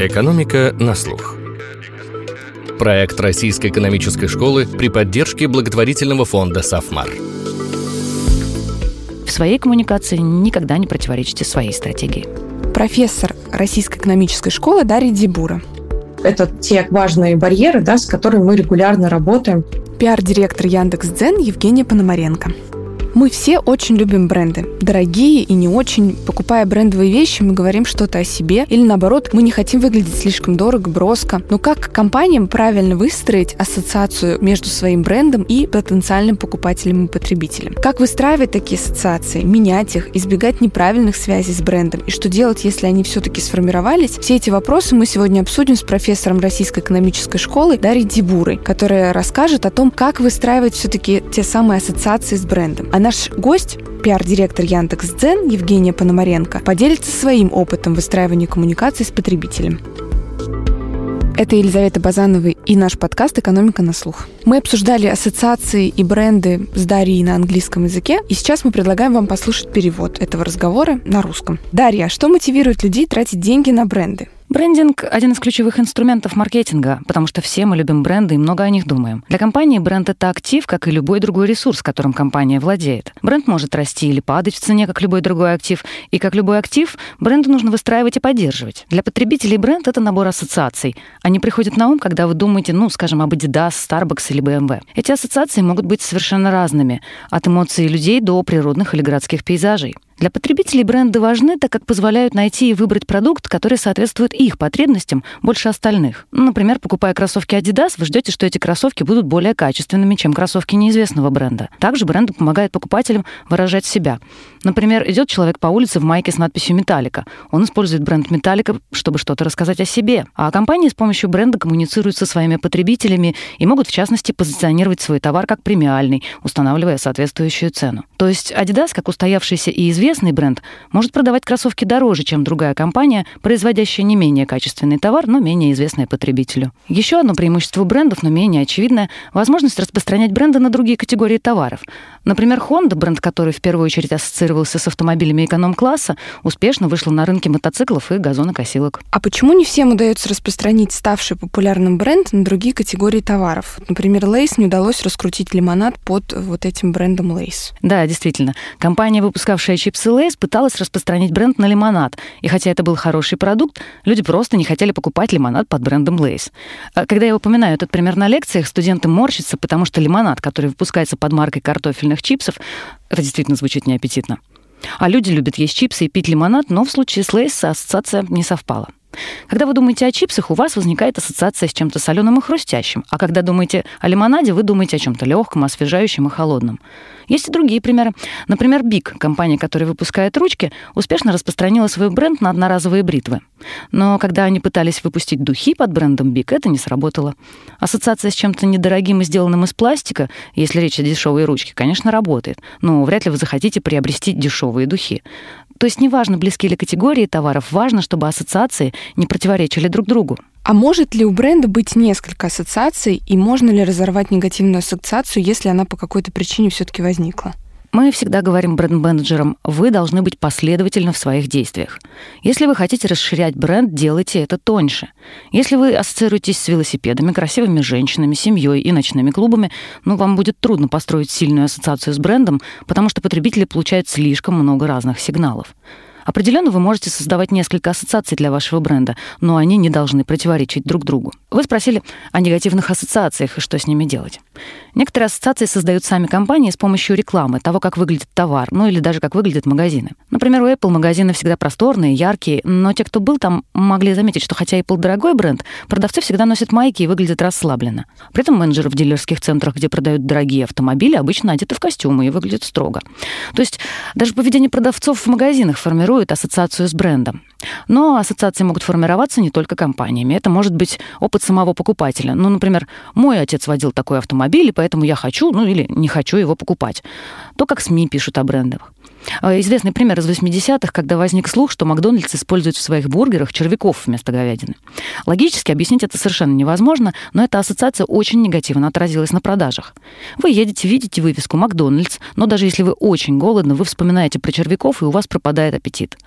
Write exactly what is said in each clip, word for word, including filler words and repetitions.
Экономика на слух. Проект Российской экономической школы при поддержке благотворительного фонда «Сафмар». В своей коммуникации никогда не противоречите своей стратегии. Профессор Российской экономической школы Дарья Дибура. Это те важные барьеры, да, с которыми мы регулярно работаем. Пиар-директор Яндекс.Дзен Евгения Пономаренко. Мы все очень любим бренды. Дорогие и не очень. Покупая брендовые вещи, мы говорим что-то о себе. Или наоборот, мы не хотим выглядеть слишком дорого, броско. Но как компаниям правильно выстроить ассоциацию между своим брендом и потенциальным покупателем и потребителем? Как выстраивать такие ассоциации, менять их, избегать неправильных связей с брендом? И что делать, если они все-таки сформировались? Все эти вопросы мы сегодня обсудим с профессором Российской экономической школы Дарьей Дибурой, которая расскажет о том, как выстраивать все-таки те самые ассоциации с брендом. А наш гость, пиар-директор Яндекс.Дзен Евгения Пономаренко, поделится своим опытом выстраивания коммуникации с потребителем. Это Елизавета Базанова и наш подкаст «Экономика на слух». Мы обсуждали ассоциации и бренды с Дарьей на английском языке, и сейчас мы предлагаем вам послушать перевод этого разговора на русском. Дарья, что мотивирует людей тратить деньги на бренды? Брендинг – один из ключевых инструментов маркетинга, потому что все мы любим бренды и много о них думаем. Для компании бренд – это актив, как и любой другой ресурс, которым компания владеет. Бренд может расти или падать в цене, как любой другой актив, и как любой актив, бренду нужно выстраивать и поддерживать. Для потребителей бренд – это набор ассоциаций. Они приходят на ум, когда вы думаете, ну, скажем, об Adidas, Starbucks или бэ эм вэ. Эти ассоциации могут быть совершенно разными, от эмоций людей до природных или городских пейзажей. Для потребителей бренды важны, так как позволяют найти и выбрать продукт, который соответствует их потребностям больше остальных. Например, покупая кроссовки Adidas, вы ждете, что эти кроссовки будут более качественными, чем кроссовки неизвестного бренда. Также бренды помогают покупателям выражать себя. Например, идет человек по улице в майке с надписью «Металлика». Он использует бренд «Металлика», чтобы что-то рассказать о себе. А компании с помощью бренда коммуницируют со своими потребителями и могут, в частности, позиционировать свой товар как премиальный, устанавливая соответствующую цену. То есть Adidas, как устоявшийся и известный бренд, может продавать кроссовки дороже, чем другая компания, производящая не менее качественный товар, но менее известный потребителю. Еще одно преимущество брендов, но менее очевидное – возможность распространять бренды на другие категории товаров. Например, Honda, бренд, который в первую очередь ассоциировался с автомобилями эконом-класса, успешно вышла на рынке мотоциклов и газонокосилок. А почему не всем удается распространить ставший популярным бренд на другие категории товаров? Например, Lay's не удалось раскрутить лимонад под вот этим брендом Lay's. Да, действительно. Компания, выпускавшая чипсы Lay's, пыталась распространить бренд на лимонад. И хотя это был хороший продукт, люди просто не хотели покупать лимонад под брендом Lay's. Когда я упоминаю этот пример на лекциях, студенты морщатся, потому что лимонад, который выпускается под маркой картофельных чипсов, это действительно звучит неаппетитно. А люди любят есть чипсы и пить лимонад, но в случае с Lay's ассоциация не совпала. Когда вы думаете о чипсах, у вас возникает ассоциация с чем-то соленым и хрустящим. А когда думаете о лимонаде, вы думаете о чем-то легком, освежающем и холодном. Есть и другие примеры. Например, Биг, компания, которая выпускает ручки, успешно распространила свой бренд на одноразовые бритвы. Но когда они пытались выпустить духи под брендом Биг, это не сработало. Ассоциация с чем-то недорогим и сделанным из пластика, если речь о дешевой ручке, конечно, работает. Но вряд ли вы захотите приобрести дешевые духи. То есть неважно, близки ли категории товаров, важно, чтобы ассоциации не противоречили друг другу. А может ли у бренда быть несколько ассоциаций, и можно ли разорвать негативную ассоциацию, если она по какой-то причине все-таки возникла? Мы всегда говорим бренд-менеджерам, вы должны быть последовательны в своих действиях. Если вы хотите расширять бренд, делайте это тоньше. Если вы ассоциируетесь с велосипедами, красивыми женщинами, семьей и ночными клубами, ну, вам будет трудно построить сильную ассоциацию с брендом, потому что потребители получают слишком много разных сигналов. Определенно вы можете создавать несколько ассоциаций для вашего бренда, но они не должны противоречить друг другу. Вы спросили о негативных ассоциациях и что с ними делать. Некоторые ассоциации создают сами компании с помощью рекламы, того, как выглядит товар, ну или даже как выглядят магазины. Например, у Apple магазины всегда просторные, яркие, но те, кто был там, могли заметить, что хотя Apple дорогой бренд, продавцы всегда носят майки и выглядят расслабленно. При этом менеджеры в дилерских центрах, где продают дорогие автомобили, обычно одеты в костюмы и выглядят строго. То есть даже поведение продавцов в магазинах формирует ассоциацию с брендом. Но ассоциации могут формироваться не только компаниями. Это может быть опыт самого покупателя. Ну, например, мой отец водил такой автомобиль, и поэтому я хочу, ну или не хочу его покупать. То, как СМИ пишут о брендах. Известный пример из восьмидесятых, когда возник слух, что Макдональдс использует в своих бургерах червяков вместо говядины. Логически объяснить это совершенно невозможно, но эта ассоциация очень негативно отразилась на продажах. Вы едете, видите вывеску «Макдональдс», но даже если вы очень голодны, вы вспоминаете про червяков, и у вас пропадает аппетит.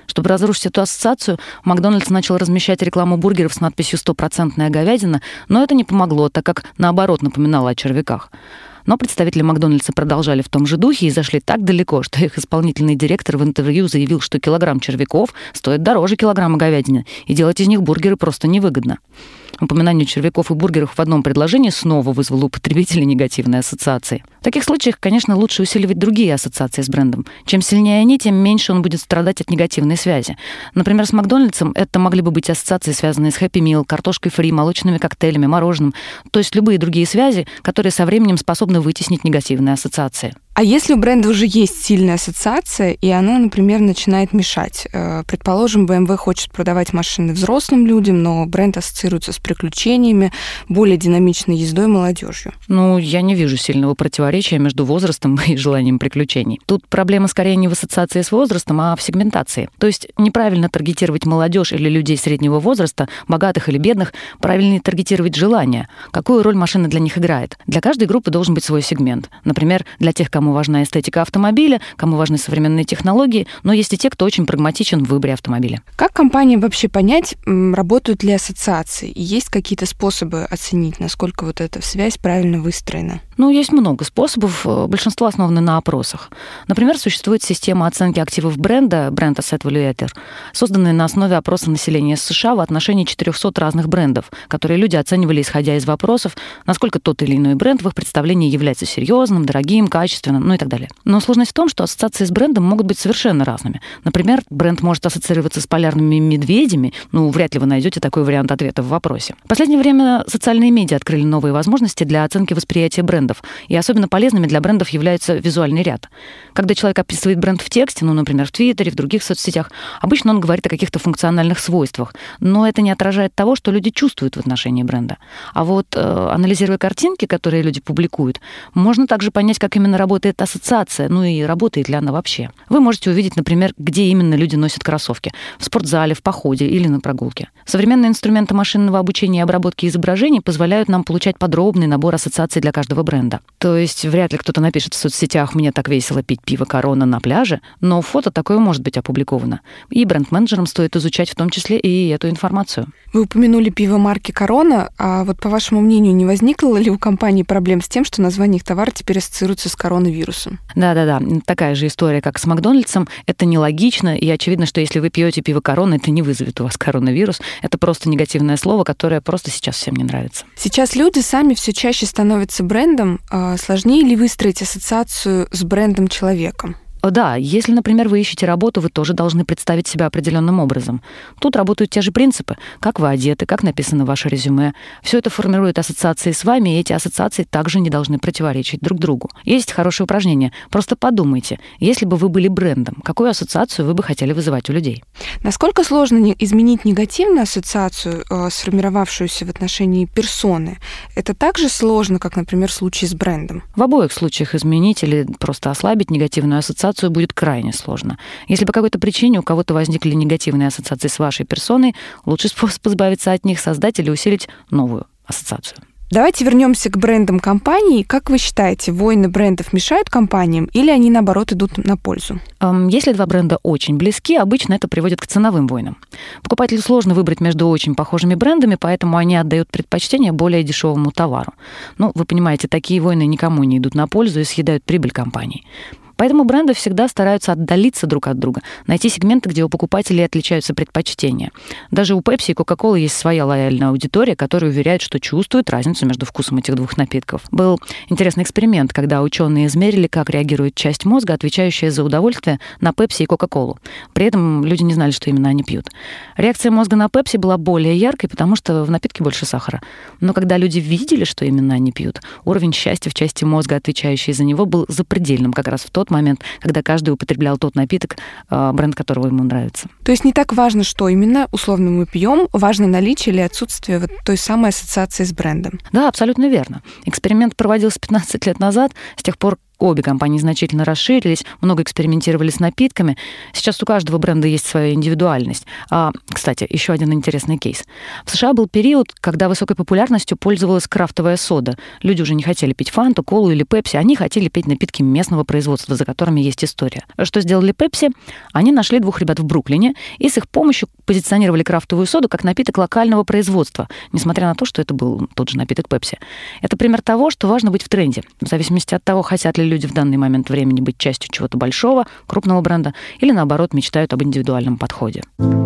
Чтобы разрушить эту ассоциацию, Макдональдс начал размещать рекламу бургеров с надписью «стопроцентная говядина», но это не помогло, так как, наоборот, напоминало о червяках. Но представители Макдональдса продолжали в том же духе и зашли так далеко, что их исполнительный директор в интервью заявил, что килограмм червяков стоит дороже килограмма говядины, и делать из них бургеры просто невыгодно. Упоминание червяков и бургеров в одном предложении снова вызвало у потребителей негативные ассоциации. В таких случаях, конечно, лучше усиливать другие ассоциации с брендом. Чем сильнее они, тем меньше он будет страдать от негативной связи. Например, с Макдональдсом это могли бы быть ассоциации, связанные с Happy Meal, картошкой фри, молочными коктейлями, мороженым, то есть любые другие связи, которые со временем способны вытеснить негативные ассоциации. А если у бренда уже есть сильная ассоциация, и она, например, начинает мешать? Предположим, бэ эм вэ хочет продавать машины взрослым людям, но бренд ассоциируется с приключениями, более динамичной ездой, молодежью. Ну, я не вижу сильного противоречия между возрастом и желанием приключений. Тут проблема скорее не в ассоциации с возрастом, а в сегментации. То есть неправильно таргетировать молодежь или людей среднего возраста, богатых или бедных, правильнее таргетировать желания. Какую роль машина для них играет? Для каждой группы должен быть свой сегмент. Например, для тех, кому Кому важна эстетика автомобиля, кому важны современные технологии, но есть и те, кто очень прагматичен в выборе автомобиля. Как компании вообще понять, работают ли ассоциации? И есть какие-то способы оценить, насколько вот эта связь правильно выстроена? Ну, есть много способов. Большинство основаны на опросах. Например, существует система оценки активов бренда, Brand Asset Valuator, созданная на основе опроса населения США в отношении четырехсот разных брендов, которые люди оценивали, исходя из вопросов, насколько тот или иной бренд в их представлении является серьезным, дорогим, качественным, ну и так далее. Но сложность в том, что ассоциации с брендом могут быть совершенно разными. Например, бренд может ассоциироваться с полярными медведями, ну, вряд ли вы найдете такой вариант ответа в вопросе. В последнее время социальные медиа открыли новые возможности для оценки восприятия брендов, и особенно полезными для брендов является визуальный ряд. Когда человек описывает бренд в тексте, ну, например, в Твиттере, в других соцсетях, обычно он говорит о каких-то функциональных свойствах, но это не отражает того, что люди чувствуют в отношении бренда. А вот, э, анализируя картинки, которые люди публикуют, можно также понять, как именно работает ассоциация, ну и работает ли она вообще. Вы можете увидеть, например, где именно люди носят кроссовки. В спортзале, в походе или на прогулке. Современные инструменты машинного обучения и обработки изображений позволяют нам получать подробный набор ассоциаций для каждого бренда. То есть вряд ли кто-то напишет в соцсетях «Мне так весело пить пиво Корона на пляже», но фото такое может быть опубликовано. И бренд-менеджерам стоит изучать в том числе и эту информацию. Вы упомянули пиво марки «Корона», а вот по вашему мнению, не возникло ли у компании проблем с тем, что название их товара теперь ассоциируется с коронавирусом? Да-да-да, такая же история, как с Макдональдсом. Это нелогично, и очевидно, что если вы пьете пиво «Корона», это не вызовет у вас коронавирус. Это просто негативное слово, которое просто сейчас всем не нравится. Сейчас люди сами все чаще становятся брендом. Сложнее ли выстроить ассоциацию с брендом-человеком? Да, если, например, вы ищете работу, вы тоже должны представить себя определенным образом. Тут работают те же принципы. Как вы одеты, как написано ваше резюме. Все это формирует ассоциации с вами, и эти ассоциации также не должны противоречить друг другу. Есть хорошее упражнение. Просто подумайте, если бы вы были брендом, какую ассоциацию вы бы хотели вызывать у людей? Насколько сложно изменить негативную ассоциацию, сформировавшуюся в отношении персоны? Это так же сложно, как, например, в случае с брендом? В обоих случаях изменить или просто ослабить негативную ассоциацию будет крайне сложно. Если по какой-то причине у кого-то возникли негативные ассоциации с вашей персоной, лучший способ избавиться от них — создать или усилить новую ассоциацию. Давайте вернемся к брендам компаний. Как вы считаете, войны брендов мешают компаниям или они, наоборот, идут на пользу? Если два бренда очень близки, обычно это приводит к ценовым войнам. Покупателю сложно выбрать между очень похожими брендами, поэтому они отдают предпочтение более дешевому товару. Ну, вы понимаете, такие войны никому не идут на пользу и съедают прибыль компаний. Поэтому бренды всегда стараются отдалиться друг от друга, найти сегменты, где у покупателей отличаются предпочтения. Даже у Pepsi и Coca-Cola есть своя лояльная аудитория, которая уверяет, что чувствует разницу между вкусом этих двух напитков. Был интересный эксперимент, когда ученые измерили, как реагирует часть мозга, отвечающая за удовольствие, на Pepsi и Coca-Cola. При этом люди не знали, что именно они пьют. Реакция мозга на Pepsi была более яркой, потому что в напитке больше сахара. Но когда люди видели, что именно они пьют, уровень счастья в части мозга, отвечающей за него, был запредельным как раз в тот момент, когда каждый употреблял тот напиток, бренд которого ему нравится. То есть не так важно, что именно условно мы пьем, важно наличие или отсутствие вот той самой ассоциации с брендом. Да, абсолютно верно. Эксперимент проводился пятнадцать лет назад, с тех пор Обе компании значительно расширились, много экспериментировали с напитками. Сейчас у каждого бренда есть своя индивидуальность. А, кстати, еще один интересный кейс. В США был период, когда высокой популярностью пользовалась крафтовая сода. Люди уже не хотели пить фанту, колу или пепси, они хотели пить напитки местного производства, за которыми есть история. Что сделали пепси? Они нашли двух ребят в Бруклине и с их помощью позиционировали крафтовую соду как напиток локального производства, несмотря на то, что это был тот же напиток пепси. Это пример того, что важно быть в тренде, в зависимости от того, хотят ли люди в данный момент времени быть частью чего-то большого, крупного бренда, или наоборот мечтают об индивидуальном подходе.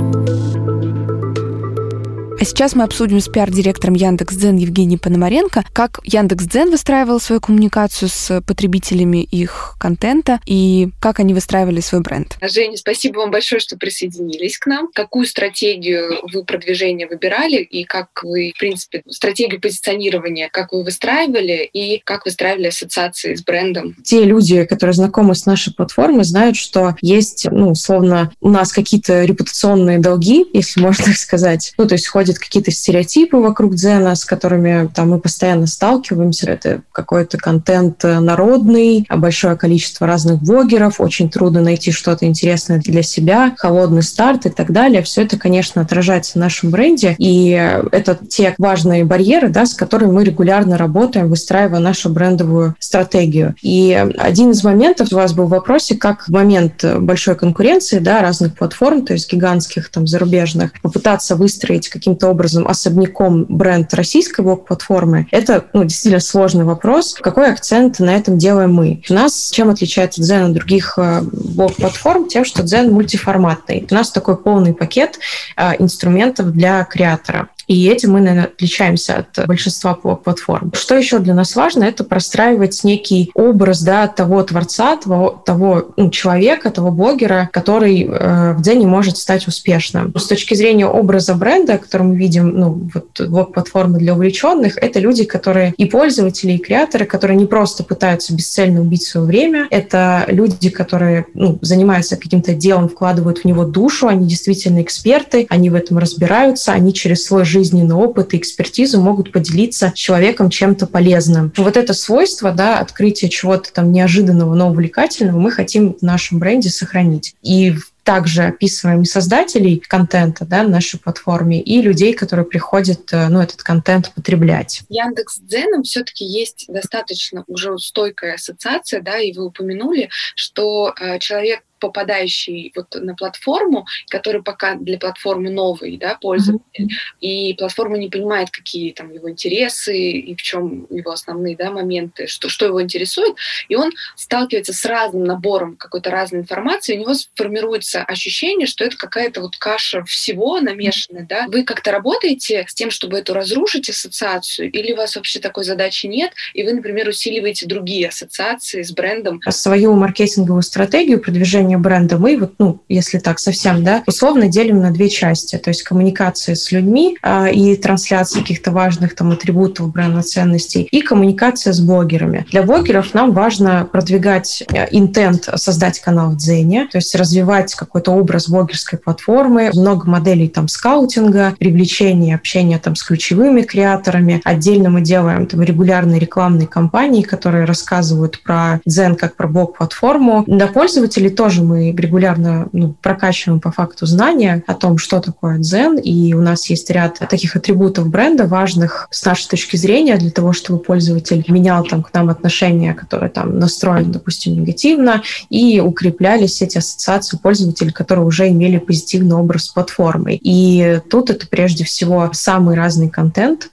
А сейчас мы обсудим с пиар-директором Яндекс.Дзен Евгенией Пономаренко, как Яндекс.Дзен выстраивал свою коммуникацию с потребителями их контента и как они выстраивали свой бренд. Женя, спасибо вам большое, что присоединились к нам. Какую стратегию вы продвижения выбирали и как вы, в принципе, стратегию позиционирования, как вы выстраивали и как выстраивали ассоциации с брендом? Те люди, которые знакомы с нашей платформой, знают, что есть, ну, условно, у нас какие-то репутационные долги, если можно так сказать. Ну, то есть ходят какие-то стереотипы вокруг Дзена, с которыми там мы постоянно сталкиваемся. Это какой-то контент народный, большое количество разных блогеров, очень трудно найти что-то интересное для себя, холодный старт и так далее. Все это, конечно, отражается в нашем бренде, и это те важные барьеры, да, с которыми мы регулярно работаем, выстраивая нашу брендовую стратегию. И один из моментов у вас был в вопросе, как в момент большой конкуренции, да, разных платформ, то есть гигантских, там, зарубежных, попытаться выстроить каким-то образом особняком бренд российской блог-платформы, это, ну, действительно сложный вопрос. Какой акцент на этом делаем мы? У нас чем отличается Дзен от других блог-платформ? Тем, что Дзен мультиформатный. У нас такой полный пакет инструментов для креатора. И этим мы, наверное, отличаемся от большинства платформ. Что еще для нас важно, это простраивать некий образ, да, того творца, того, того ну, человека, того блогера, который э, в Дзене может стать успешным. С точки зрения образа бренда, который мы видим, ну, вот, блог-платформы для увлеченных, это люди, которые и пользователи, и креаторы, которые не просто пытаются бесцельно убить свое время. Это люди, которые, ну, занимаются каким-то делом, вкладывают в него душу, они действительно эксперты, они в этом разбираются, они через свой жизнь жизненный опыт и экспертизу могут поделиться с человеком чем-то полезным. Вот это свойство, да, открытие чего-то там неожиданного, но увлекательного мы хотим в нашем бренде сохранить. И также описываем и создателей контента, да, на нашей платформе, и людей, которые приходят, ну, этот контент потреблять. Яндекс.Дзеном все-таки есть достаточно уже стойкая ассоциация, да, и вы упомянули, что э, человек, попадающий вот на платформу, который пока для платформы новый, да, пользователь, mm-hmm. и платформа не понимает, какие там его интересы и в чем его основные, да, моменты, что, что его интересует, и он сталкивается с разным набором какой-то разной информации, у него формируется ощущение, что это какая-то вот каша всего намешанная, mm-hmm. да. Вы как-то работаете с тем, чтобы эту разрушить ассоциацию, или у вас вообще такой задачи нет, и вы, например, усиливаете другие ассоциации с брендом? Свою маркетинговую стратегию продвижения бренда мы, вот, ну, если так совсем, да, условно делим на две части. То есть коммуникация с людьми а, и трансляция каких-то важных там атрибутов бренда ценностей, и коммуникация с блогерами. Для блогеров нам важно продвигать интент, создать канал в Дзене, то есть развивать какой-то образ блогерской платформы, много моделей там скаутинга, привлечения, общения там с ключевыми креаторами. Отдельно мы делаем там регулярные рекламные кампании, которые рассказывают про Дзен как про блог-платформу. Для пользователей тоже мы регулярно, ну, прокачиваем по факту знания о том, что такое Дзен, и у нас есть ряд таких атрибутов бренда, важных с нашей точки зрения, для того, чтобы пользователь менял там к нам отношения, которые там настроены, допустим, негативно, и укреплялись эти ассоциации пользователей, которые уже имели позитивный образ с платформой. И тут это прежде всего самый разный контент.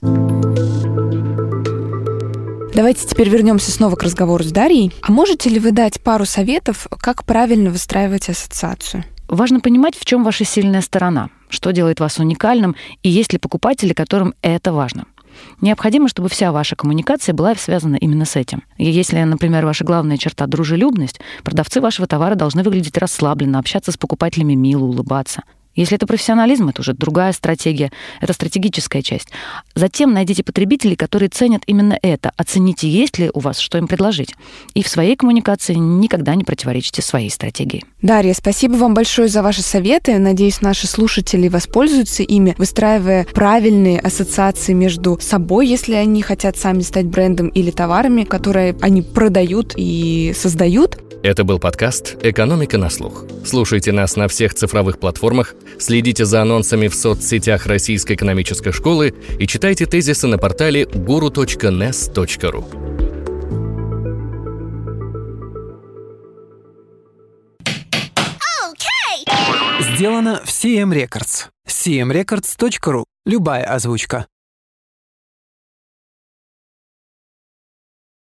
Давайте теперь вернемся снова к разговору с Дарьей. А можете ли вы дать пару советов, как правильно выстраивать ассоциацию? Важно понимать, в чем ваша сильная сторона, что делает вас уникальным, и есть ли покупатели, которым это важно. Необходимо, чтобы вся ваша коммуникация была связана именно с этим. И если, например, ваша главная черта — дружелюбность, продавцы вашего товара должны выглядеть расслабленно, общаться с покупателями мило, улыбаться. Если это профессионализм, это уже другая стратегия, это стратегическая часть. Затем найдите потребителей, которые ценят именно это. Оцените, есть ли у вас, что им предложить. И в своей коммуникации никогда не противоречите своей стратегии. Дарья, спасибо вам большое за ваши советы. Надеюсь, наши слушатели воспользуются ими, выстраивая правильные ассоциации между собой, если они хотят сами стать брендом, или товарами, которые они продают и создают. Это был подкаст «Экономика на слух». Слушайте нас на всех цифровых платформах, следите за анонсами в соцсетях Российской экономической школы и читайте тезисы на портале гуру точка нес точка ру. Сделано в си эм Records. си эм рекордс точка ру. Любая озвучка.